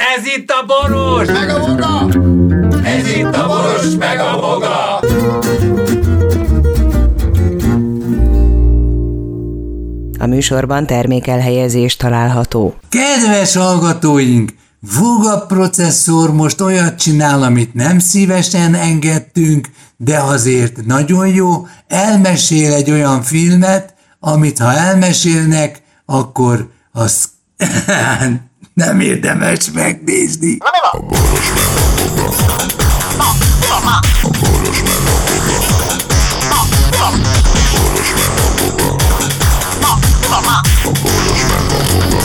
Ez itt a Boros! Meg a Voga! Ez itt a Boros, meg a Voga! A műsorban termékelhelyezés található. Kedves hallgatóink! Voga processzor most olyat csinál, amit nem szívesen engedtünk, de azért nagyon jó. Elmesél egy olyan filmet, amit ha elmesélnek, akkor az nem érdemes megnézni. A Boros meg a Voga. A Boros meg a Voga. A Boros meg a Voga. A Boros meg a Voga.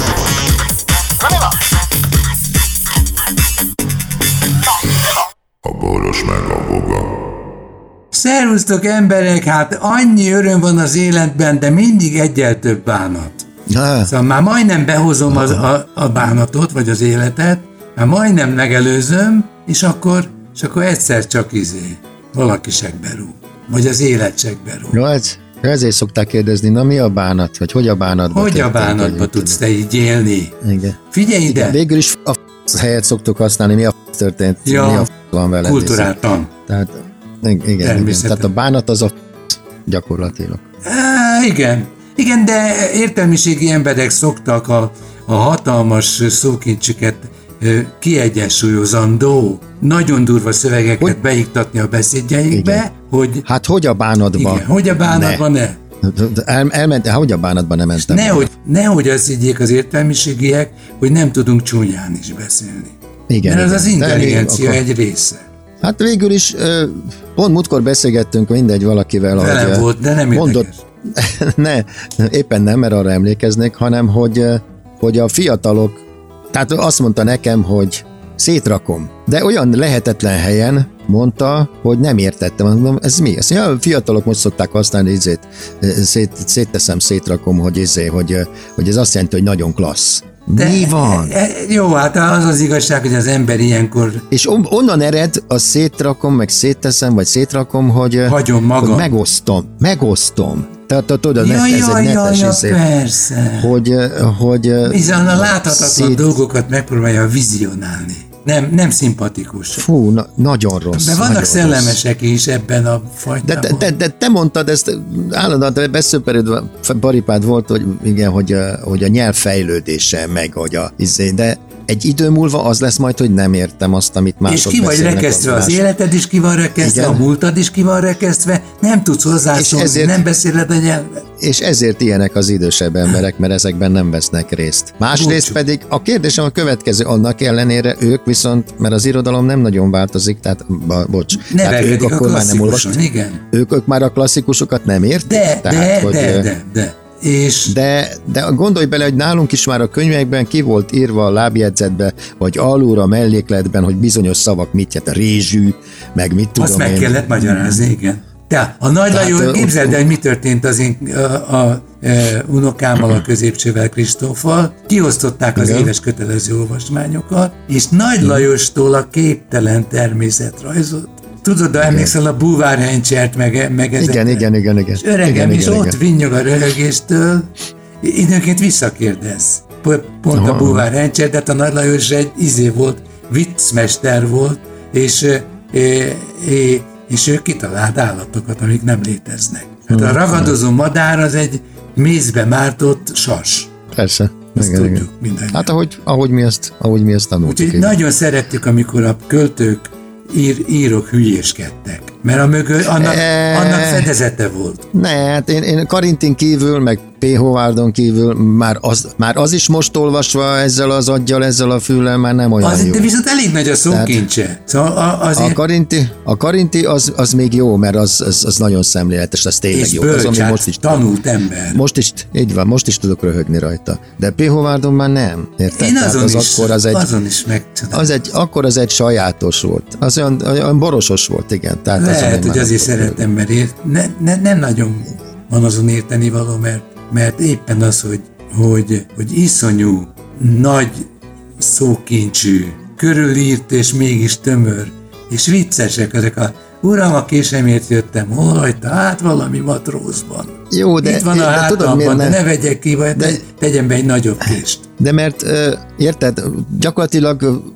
A Boros meg a Voga. Szervusztok emberek, hát annyi öröm van az életben, de mindig egyel több bánat. Szóval már majdnem behozom a bánatot, vagy az életet, már majdnem megelőzöm, és akkor egyszer csak valaki segbe rúg. Vagy az élet segbe rúg. No, ezért szokták kérdezni, na mi a bánat? Hogy a bánatba Hogy a bánatba tudsz te így élni? Igen. Figyelj ide! Igen, végül is a helyet szoktuk használni, mi a történt, ja, mi a van vele. kulturáltan. Tehát, igen. Tehát a bánat az a gyakorlatilag. Igen, de értelmiségi emberek szoktak a hatalmas szókincsüket kiegyensúlyozandó, nagyon durva szövegeket beiktatni a beszédjeikbe, igen. Hogy... Hát hogy a bánatban? Igen, hogy a bánatban ne. Hogy a bánatban nem mentem. Nehogy azt higgyék az értelmiségiek, hogy nem tudunk csúnyán is beszélni. Igen, mert az intelligencia akkor... egy része. Hát végül is, pont múltkor beszélgettünk valakivel, velem hogy volt, de nem mondott, éppen nem, mert arra emlékeznék, hanem hogy a fiatalok, tehát azt mondta nekem, hogy szétrakom, de olyan lehetetlen helyen mondta, hogy nem értettem. Mondom, ez mi? Ezt a fiatalok most szokták használni, szétteszem, szétrakom, hogy ez azt jelenti, hogy nagyon klassz. De mi van? Jó, hát az az igazság, hogy az ember ilyenkor... És onnan ered a szétrakom, meg szétteszem, vagy szétrakom, hogy... Hagyom magam. Hogy megosztom. Tehát tudod, ez egy netes izé. Persze. Hogy bizony a láthatatlan dolgokat megpróbálja vizionálni. Nem szimpatikus. Fú, nagyon rossz. De vannak szellemesek is ebben a fajtában. De te mondtad ezt, állandóan beszöperőd paripád volt, hogy igen, hogy a nyelv fejlődése, meg hogy de egy idő múlva az lesz majd, hogy nem értem azt, amit mások beszélnek. És ki vagy rekesztve, az életed is ki van rekesztve, igen. A múltad is ki van rekesztve, nem tudsz hozzászólni, nem beszéled a nyelvet. És ezért ilyenek az idősebb emberek, mert ezekben nem vesznek részt. Másrészt pedig a kérdésem a következő, annak ellenére ők viszont, mert az irodalom nem nagyon változik, tehát bocs. Tehát ők akkor már nem olvasnak. Igen. Ők már a klasszikusokat nem értik? De. De gondolj bele, hogy nálunk is már a könyvekben ki volt írva a lábjegyzetben, vagy alulra a mellékletben, hogy bizonyos szavak mit jelent, a rézsű, meg mit tudom én. Azt meg kellett magyarázni, igen. De a Nagy Lajos, képzeld el, hogy mi történt az én unokámmal, a középcsővel, Kristóffal. Kiosztották az éves kötelező olvasmányokat, és Nagy Lajostól a képtelen természetrajzot. Tudod, de emlékszel a búvárhencsert meg ezekre? Igen. És öregem is ott vinnyog a röhögéstől, időnként visszakérdez. Pont a búvárhencser, de a Nagy Lajos egy volt, viccmester volt, és ő kitalált állatokat, amik nem léteznek. Hát a ragadozó madár az egy mézbe mártott sas. Persze. Ezt tudjuk mindannyian. Hát ahogy mi ezt tanultuk. Úgyhogy nagyon szerettük, amikor a költők írók hülyéskedtek, mert annak fedezete volt. Ne, hát én Karintin kívül, meg P. Howarden kívül már az is most olvasva ezzel az aggyal, ezzel a füllel már nem olyan jó. De viszont elég nagy a szókincse. Szóval azért... A Karinti az még jó, mert az nagyon szemléletes, az tényleg jó. És bölcs, most is tanult ember. Most is tudok röhögni rajta. De P. Howarden már nem. Érted? Én azon is megcsodálom. Akkor az egy sajátos volt. Az olyan borosos volt, igen. Tehát lehet, hogy azért szeretem, mert nem nagyon van azon érteni való, mert éppen az, hogy iszonyú, nagy szókincsű, körülírt és mégis tömör, és viccesek ezek a uram, a késemért jöttem, hol hagyta? Hát valami matrózban. Jó, de... Itt van a hátamban, de ne vegyek ki, vagy tegyem be egy nagyobb kést. De mert, érted, gyakorlatilag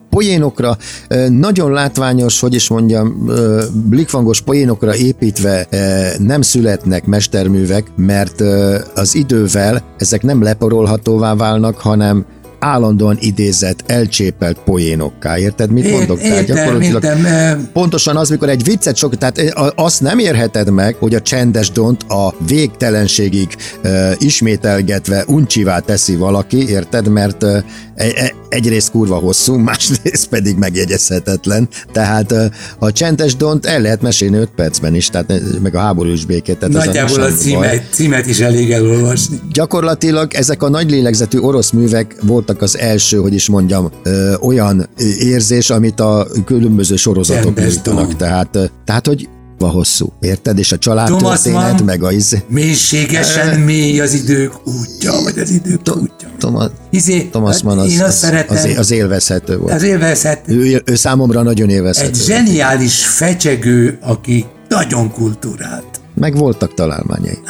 poénokra, nagyon látványos, hogy is mondjam, blikfangos poénokra építve nem születnek mesterművek, mert az idővel ezek nem leporolhatóvá válnak, hanem állandóan idézett, elcsépelt poénokká. Érted, mit mondok? Értem. Pontosan az, mikor egy viccet tehát azt nem érheted meg, hogy a csendes dont a végtelenségig ismételgetve uncsivá teszi valaki, érted, mert egyrészt kurva hosszú, másrészt pedig megjegyezhetetlen. Tehát a csendes dont el lehet mesélni 5 percben is, tehát meg a háborús békét. Nagyjából a címet is elég elolvasni. Gyakorlatilag ezek a nagy lélegzetű orosz művek voltak az első, hogy is mondjam, olyan érzés, amit a különböző sorozatok nyújtanak. Tehát, hogy hosszú, érted? És a családtörténet, meg a mélységesen mély az idők útja, vagy az idők útja. Thomas Mann az élvezhető volt. Az élvezhető. Ő számomra nagyon élvezhető. Egy zseniális fecsegő, aki nagyon kultúrált. Meg voltak találmányai.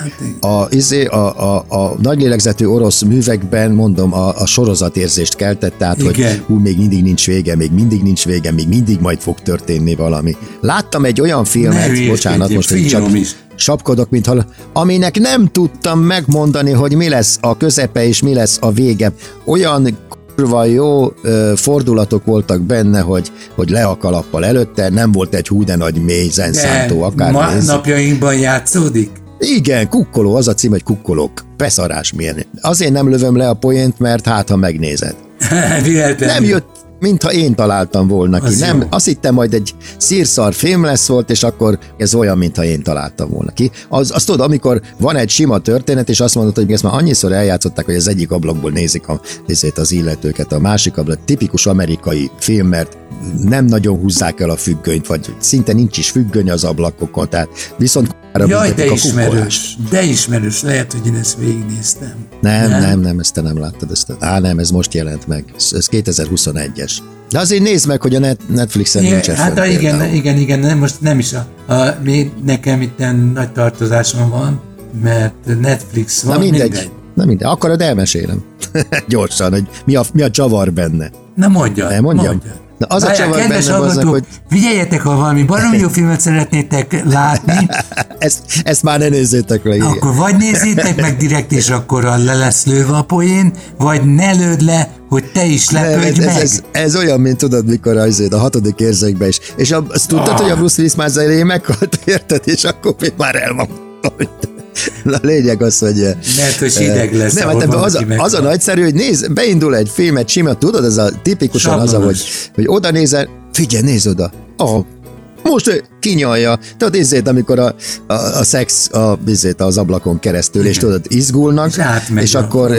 A nagy lélegzetű orosz művekben, mondom, a sorozatérzést keltett, tehát, hogy még mindig nincs vége, még mindig majd fog történni valami. Láttam egy olyan filmet, bocsánat, most egy csak sapkodok, aminek nem tudtam megmondani, hogy mi lesz a közepe és mi lesz a vége. Olyan jó fordulatok voltak benne, hogy le a kalappal előtte, nem volt egy hú de nagy mély zenszántó akár. Napjainkban játszódik? Igen, Kukkoló, az a cím, hogy Kukkolók. Beszarás milyen. Azért nem lövöm le a poént, mert ha megnézed. Nem jött, mintha én találtam volna ki. Nem, azt hittem, majd egy szírszar film lesz volt, és akkor ez olyan, mintha én találtam volna ki. Azt tudod, amikor van egy sima történet, és azt mondod, hogy ezt már annyiszor eljátszották, hogy az egyik ablakból nézik az illetőket, a másik ablak, tipikus amerikai film, mert nem nagyon húzzák el a függönyt, vagy szinte nincs is függöny az ablakokon, tehát viszont jaj, de ismerős, lehet, hogy én ezt végignéztem. Nem, ezt te nem láttad. Nem, ez most jelent meg. Ez 2021-es. De azért nézd meg, hogy a Netflixen nincsen fönn. Hát igen, most nem is nekem itt nagy tartozásom van, mert Netflix van. Na mindegy, akarod elmesélem. Gyorsan, hogy mi a csavar benne. Na mondjam. Na az a csavar benne hozzak, hogy... Figyeljetek, ha valami baromi jó filmet szeretnétek látni. Ezt már ne nézzétek meg. Akkor vagy nézzétek meg direkt, és akkor le lesz lőve a poén, vagy ne lőd le, hogy te is lepődj meg. Ez olyan, mint tudod, mikor a 6. érzékben is. És azt tudtad, hogy a Bruce Willis már elején meghalt, érted? És akkor még már elmondtam. A lényeg az, hogy... Mert hogy hideg lesz. Nem, az a nagyszerű, hogy beindul egy filmet sima, tudod, ez a tipikusan az, hogy oda nézel, figyelj, nézz oda. Most kinyalja. Tudod, ízzét, amikor a szex az ablakon keresztül, és tudod, izgulnak, és akkor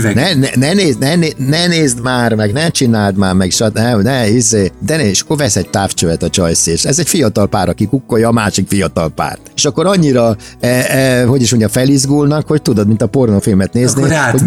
ne nézd már meg, ne csináld már meg, és akkor vesz egy távcsövet a csajsz, és ez egy fiatal pár, aki kukkolja a másik fiatal párt. És akkor annyira, hogy is mondja, felizgulnak, hogy tudod, mint a pornófilmet nézni, hogy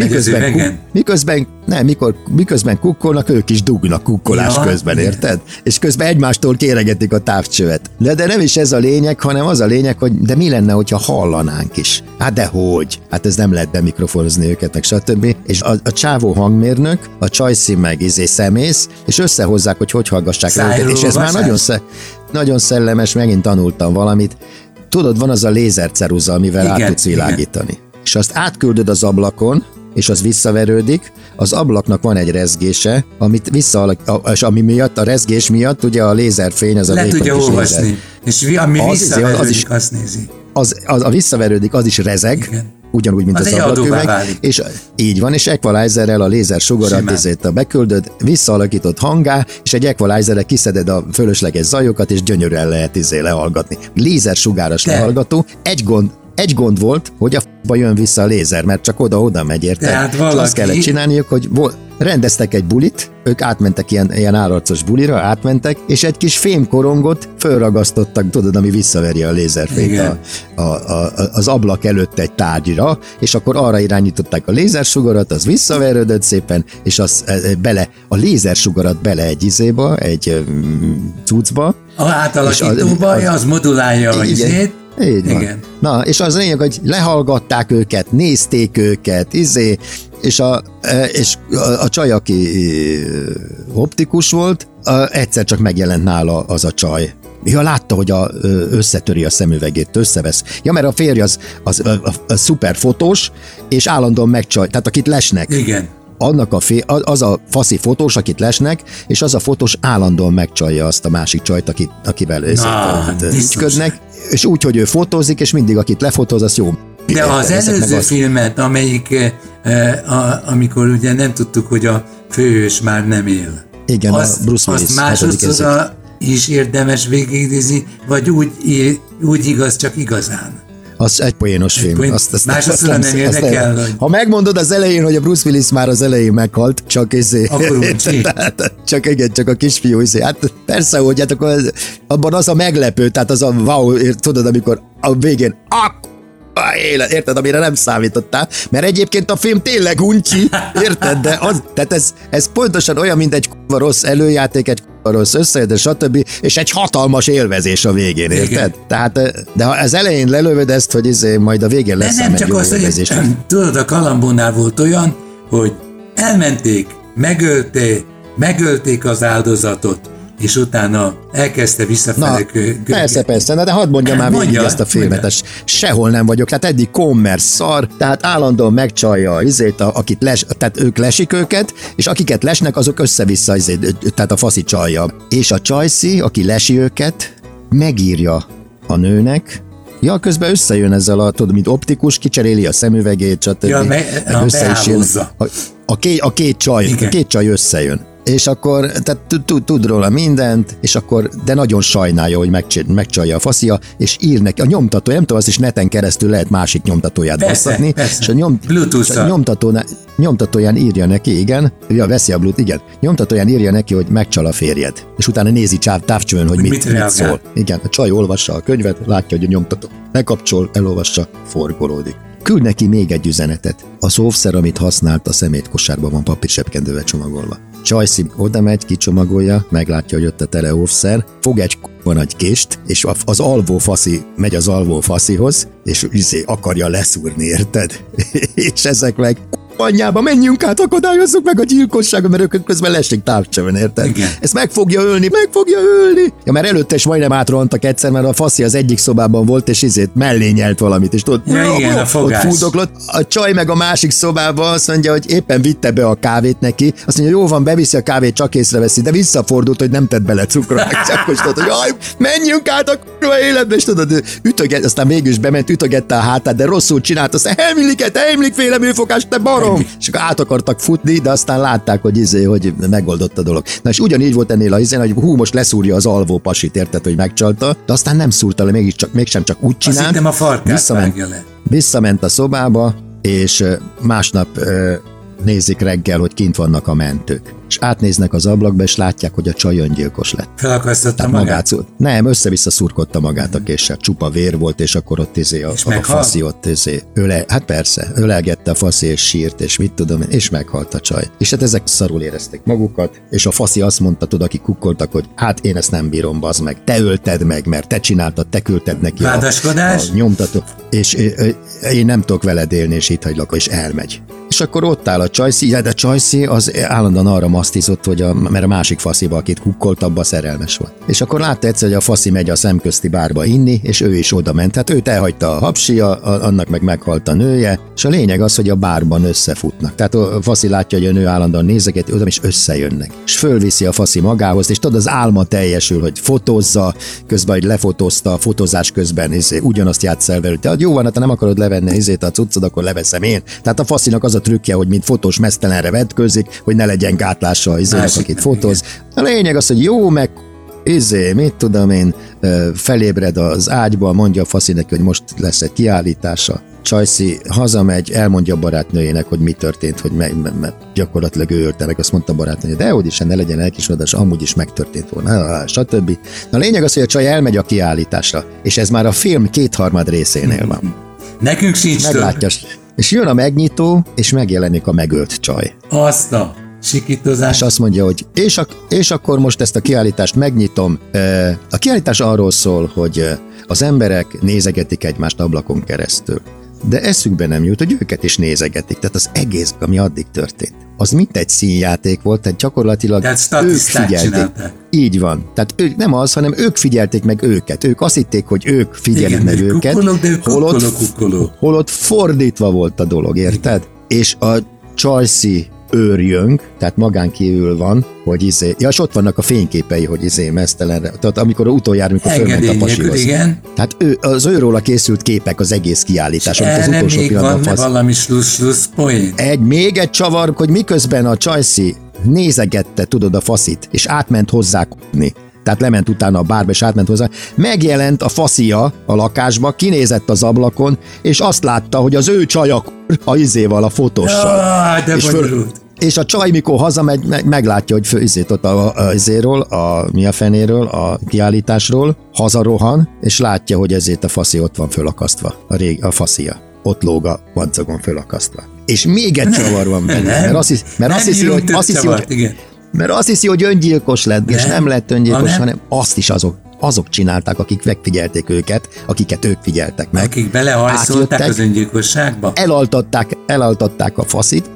miközben kukkolnak, ők is dugnak kukkolás közben, érted? És közben egymástól kéregetik a távcsövet. De nem is ez a lényeg, hanem az a lényeg, hogy de mi lenne, hogyha hallanánk is? Hát dehogy. Hát ez nem lehet bemikrofonizni őket, meg stb. És a csávó hangmérnök, a csajszi meg szemész, és összehozzák, hogy hallgassák őket. És ez már nagyon szellemes, megint tanultam valamit. Tudod, van az a lézerceruza, amivel át tudsz világítani. És azt átküldöd az ablakon, és az visszaverődik, az ablaknak van egy rezgése, amit és ami miatt, a rezgés miatt, ugye a lézerfény, az a le tudja olvasni, és ami visszaverődik, azt nézi. A visszaverődik, az is rezeg, igen. Ugyanúgy, mint az ablaküveg, és így van, és equalizerrel a lézer sugarat beküldöd, visszaalakított hangá, és egy equalizerrel kiszeded a fölösleges zajokat, és gyönyörűen lehet lehallgatni. Lézer sugáras lehallgató, egy gond volt, hogy a f***ba jön vissza a lézer, mert csak oda-oda megy, érted? És azt kellett csinálniuk, hogy rendeztek egy bulit, ők átmentek ilyen állarcos bulira, átmentek, és egy kis fémkorongot fölragasztottak, tudod, ami visszaveri a lézerfényt az ablak előtt egy tárgyra, és akkor arra irányították a lézersugarat, az visszaverődött szépen, és a lézersugarat bele egy cuccba. A átalakítóba, az modulálja a izét, Így van. Igen. Na, és az lényeg, hogy lehallgatták őket, nézték őket, és a csaj, aki optikus volt, egyszer csak megjelent nála az a csaj. Ja, látta, hogy összetöri a szemüvegét, összevesz. Ja, mert a férj az szuper fotós, és állandóan megcsaj, tehát akit lesnek. Igen. Az a faszi fotós, akit lesnek, és az a fotós állandóan megcsalja azt a másik csajt, akivel ügyködnek, és úgy, hogy ő fotózik, és mindig akit lefotóz, az jó. De az előző filmet, amelyik, amikor ugye nem tudtuk, hogy a főhős már nem él. Igen, a Bruce Willis. Azt másodszorra is érdemes végignézni, vagy úgy igaz, csak igazán. Az egy poénos film. Másodszorra nem érdekel, hogy... Ha megmondod az elején, hogy a Bruce Willis már az elején meghalt, csak Akkor csak a kisfiú hát persze, hogy hát akkor abban az a meglepő, tehát az a wow, tudod, amikor a végén élet, érted, amire nem számítottál, mert egyébként a film tényleg uncsi, érted, de tehát ez pontosan olyan, mint egy rossz előjáték, egy rossz összejött, stb. És egy hatalmas élvezés a végén, érted? Igen. Tehát, de ha az elején lelövöd ezt, hogy majd a végén lesz egy jó élvezés. Tudod, a Kalambónál volt olyan, hogy elmenték, megölték az áldozatot, és utána elkezdte visszafele. Persze, de hadd mondjam már végig ezt a filmet, sehol nem vagyok, tehát eddig commerce szar, tehát állandóan megcsalja akit tehát ők lesik őket, és akiket lesnek, azok össze-vissza, tehát a faszi csalja. És a csajszi, aki lesi őket, megírja a nőnek, ja, közben összejön ezzel mint optikus, kicseréli a szemüvegét, stb. Ja, össze is jön. A két csaj összejön. És akkor tehát tud róla mindent, és akkor, de nagyon sajnálja, hogy megcsalja a faszia, és ír neki, a nyomtató, nem tudom, azt is neten keresztül lehet másik nyomtatóját basszatni, és a nyomtatóján írja neki, igen, veszi a Bluetooth, igen, nyomtatóján írja neki, hogy megcsal a férjed, és utána nézi távcsőn, hogy mit szól. Igen, a csaj olvassa a könyvet, látja, hogy a nyomtató lekapcsol, elolvassa, forgolódik. Küld neki még egy üzenetet. Az óvszer, amit használt, a szemétkosárban van papírsebkendővel csomagolva. Csajszi oda megy, kicsomagolja, meglátja, hogy ott a tele óvszer, fog egy nagy kést, és az alvó faszi megy az alvó faszihoz, és akarja leszúrni, érted? És ezek meg anyjába, menjünk át, akadályozzuk meg a gyilkosságot, mert ők közben lesik távcsövön, érted? Igen. Ezt meg fogja ölni! Ja, mert előtte is majdnem átrohantak egyszer, mert a faszi az egyik szobában volt, és mellé nyelt valamit, és tudod, igen, ott fúdoklott. A csaj meg a másik szobában azt mondja, hogy éppen vitte be a kávét neki, azt mondja, jó van, beviszi a kávét, csak észreveszi, de visszafordult, hogy nem tett bele cukrot. Akkor tudod, hogy menjünk át a kurva életbe, és tudod, aztán végül is bement, ütögette a hátát, de rosszul csinált, aztán Heimlich féle műfogás, te barom! És akkor át akartak futni, de aztán látták, hogy megoldott a dolog. Na és ugyanígy volt ennél a hogy most leszúrja az alvó pasit, érted, hogy megcsalta, de aztán nem szúrta le, mégsem csak úgy csinált. Azt hittem a farkát vágja le. Visszament a szobába, és másnap nézik reggel, hogy kint vannak a mentők. És átnéznek az ablakba, és látják, hogy a csaj öngyilkos lett. Felakasztotta magát? Nem, össze-vissza szurkodta magát a késsel. Csupa vér volt, és akkor ott a faszi ott hát persze, ölelgette a faszi, és sírt, és mit tudom én, és meghalt a csaj. És hát ezek szarul érezték magukat, és a faszi azt mondta, akik kukkoltak, hogy hát én ezt nem bírom, bazd meg, te ölted meg, mert te csináltad, te küldted neki a nyomtató, és én nem tudok veled élni, és itt hagylak, és elmegy. És akkor ott áll a csajszi, de a csajszi az állandóan arra masztizott, mert a másik fasziba, akit kukkolt, abba szerelmes volt. És akkor látta egyszer, hogy a faszi megy a szemközti bárba inni, és ő is oda ment. Hát őt elhagyta a hapsia, annak meg meghalt a nője, és a lényeg az, hogy a bárban összefutnak. Tehát a faszi látja, hogy a nő állandóan nézeket, oda is összejönnek. És fölviszi a faszi magához, és tudod, az álma teljesül, hogy fotózza, közben, hogy lefotózta, a fotózás közben ugyanazt játsz el velük. Tehát jó van, hát nem akarod levenni a cuccod, akkor leveszem én. Tehát a faszinak az a trükkje, hogy mint fotós mesztelenre vetkőzik, hogy ne legyen gátlása akit fotóz. A lényeg az, hogy jó, meg mit tudom én, felébred az ágyba, mondja a faszinek, hogy most lesz egy kiállítása. Csajszi hazamegy, elmondja a barátnőjének, hogy mi történt, hogy gyakorlatilag ő ölte meg, azt mondta a barátnője, de hogy is ne legyen elkisodás, amúgy is megtörtént volna, stb. Na a lényeg az, hogy a csaj elmegy a kiállításra, és ez már a film 2/3 részénél van. Nekünk sincs meglátja, és jön a megnyitó, és megjelenik a megölt csaj. sikítozás. És azt mondja, hogy és akkor most ezt a kiállítást megnyitom. A kiállítás arról szól, hogy az emberek nézegetik egymást ablakon keresztül. De eszükbe nem jut, hogy őket is nézegetik. Tehát az egész, ami addig történt, az mint egy színjáték volt, tehát gyakorlatilag ők figyelték. Így van. Tehát ők nem az, hanem ők figyelték meg őket. Ők azt hitték, hogy ők figyelik meg őket. Holott fordítva volt a dolog, érted? Igen. És a Chelsea őrjönk, tehát magán kívül van, hogy és ott vannak a fényképei, hogy mesztelenre. Tehát amikor utoljára, amikor fölment a pasihoz. Tehát az őróla készült képek az egész kiállításon. Az utolsó még van valami slusz poén? Még egy csavar, hogy miközben a Chelsea nézegette, tudod, a faszit, és átment hozzá k***ni. Tehát lement utána a bárba, és átment hozzá. Megjelent a faszia a lakásba, kinézett az ablakon, és azt látta, hogy az ő csaja a fotóssal. És a csaj, mikor hazamegy, meglátja, hogy ott a fenéről, a kiállításról, hazarohan, és látja, hogy ezért a faszi ott van fölakasztva, a faszia. Ott lóg a madzagon fölakasztva. És még egy csavar van benne, mert azt hiszi, hogy öngyilkos lett, és nem lett öngyilkos, hanem azt is azok csinálták, akik megfigyelték őket, akiket ők figyeltek meg. Akik belehajszolták az öngyilkosságba? Elaltatták a faszit,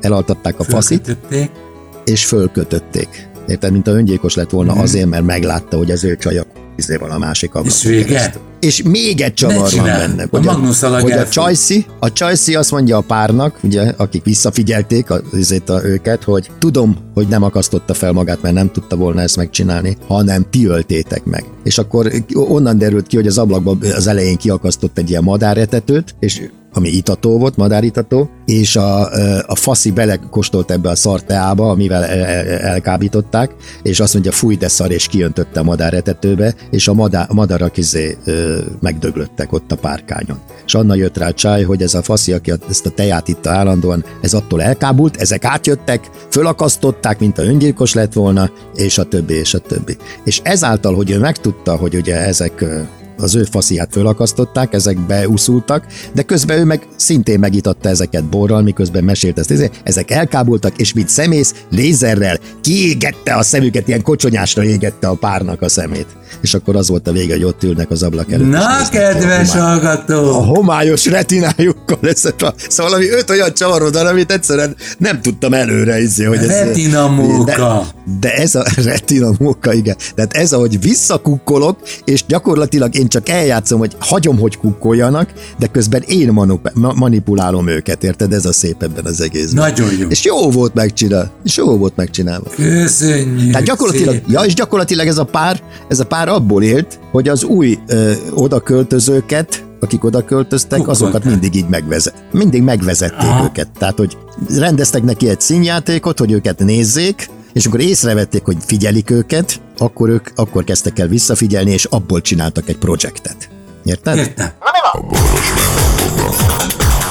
és fölkötötték. Érted, mint a öngyilkos lett volna azért, mert meglátta, hogy az ő csaja van a másik ablakon keresztül. És még egy csavar van benne. Hogy a Chelsea azt mondja a párnak, ugye, akik visszafigyelték őket, hogy tudom, hogy nem akasztotta fel magát, mert nem tudta volna ezt megcsinálni, hanem ti öltétek meg. És akkor onnan derült ki, hogy az ablakban az elején kiakasztott egy ilyen madáretetőt, és ami itató volt, madáritató, és a faszi belekóstolt ebbe a szarteába, amivel elkábították, és azt mondja, fúj de szar, és kiöntötte a madáretetőbe, és a madarak megdöglöttek ott a párkányon. És anna jött rá a csáj, hogy ez a faszi, aki ezt a teját itta állandóan, ez attól elkábult, ezek átjöttek, fölakasztották, mint a öngyilkos lett volna, és a többi, és a többi. És ezáltal, hogy ő megtudta, hogy ugye ezek az ő fasziát fölakasztották, ezek beúszultak, de közben ő meg szintén megitatta ezeket borral, miközben mesélt ezt. Ezek elkábultak, és mint szemész, lézerrel kiégette a szemüket, ilyen kocsonyásra égette a párnak a szemét. És akkor az volt a vége, hogy ott ülnek az ablak előtt. Na, kedves hallgató! A homályos retinájukkal szóval valami 5 olyan csavarodal, amit egyszerűen nem tudtam előre, hogy ez... Retinamóka! De ez a retinamóka, igen. Tehát ez, ahogy visszakukkolok, és gyakorlatilag én csak eljátszom, hogy hagyom, hogy kukkoljanak, de közben én manipulálom őket, érted? Ez a szép ebben az egészben. Nagyon jó. És jó volt megcsinálva. Köszönjük. Tehát gyakorlatilag ez a pár abból élt, hogy az új odaköltözőket, akik oda költöztek, azokat mindig így megvezették őket. Tehát, hogy rendeztek neki egy színjátékot, hogy őket nézzék, és akkor észrevették, hogy figyelik őket, akkor kezdtek el visszafigyelni, és abból csináltak egy projektet. Érted? Értem. A boros meg a boga.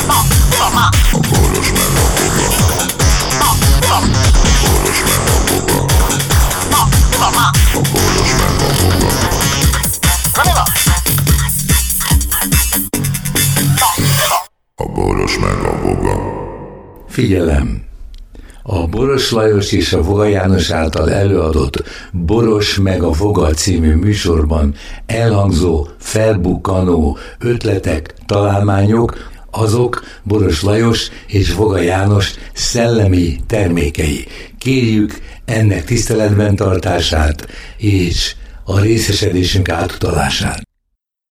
A boros meg a boga. A boros meg a boga. A boros meg a boga. A boros meg a boga. Figyelem! A Boros Lajos és a Voga János által előadott Boros meg a Voga című műsorban elhangzó, felbukkanó ötletek, találmányok, azok Boros Lajos és Voga János szellemi termékei. Kérjük ennek tiszteletben tartását és a részesedésünk átutalását.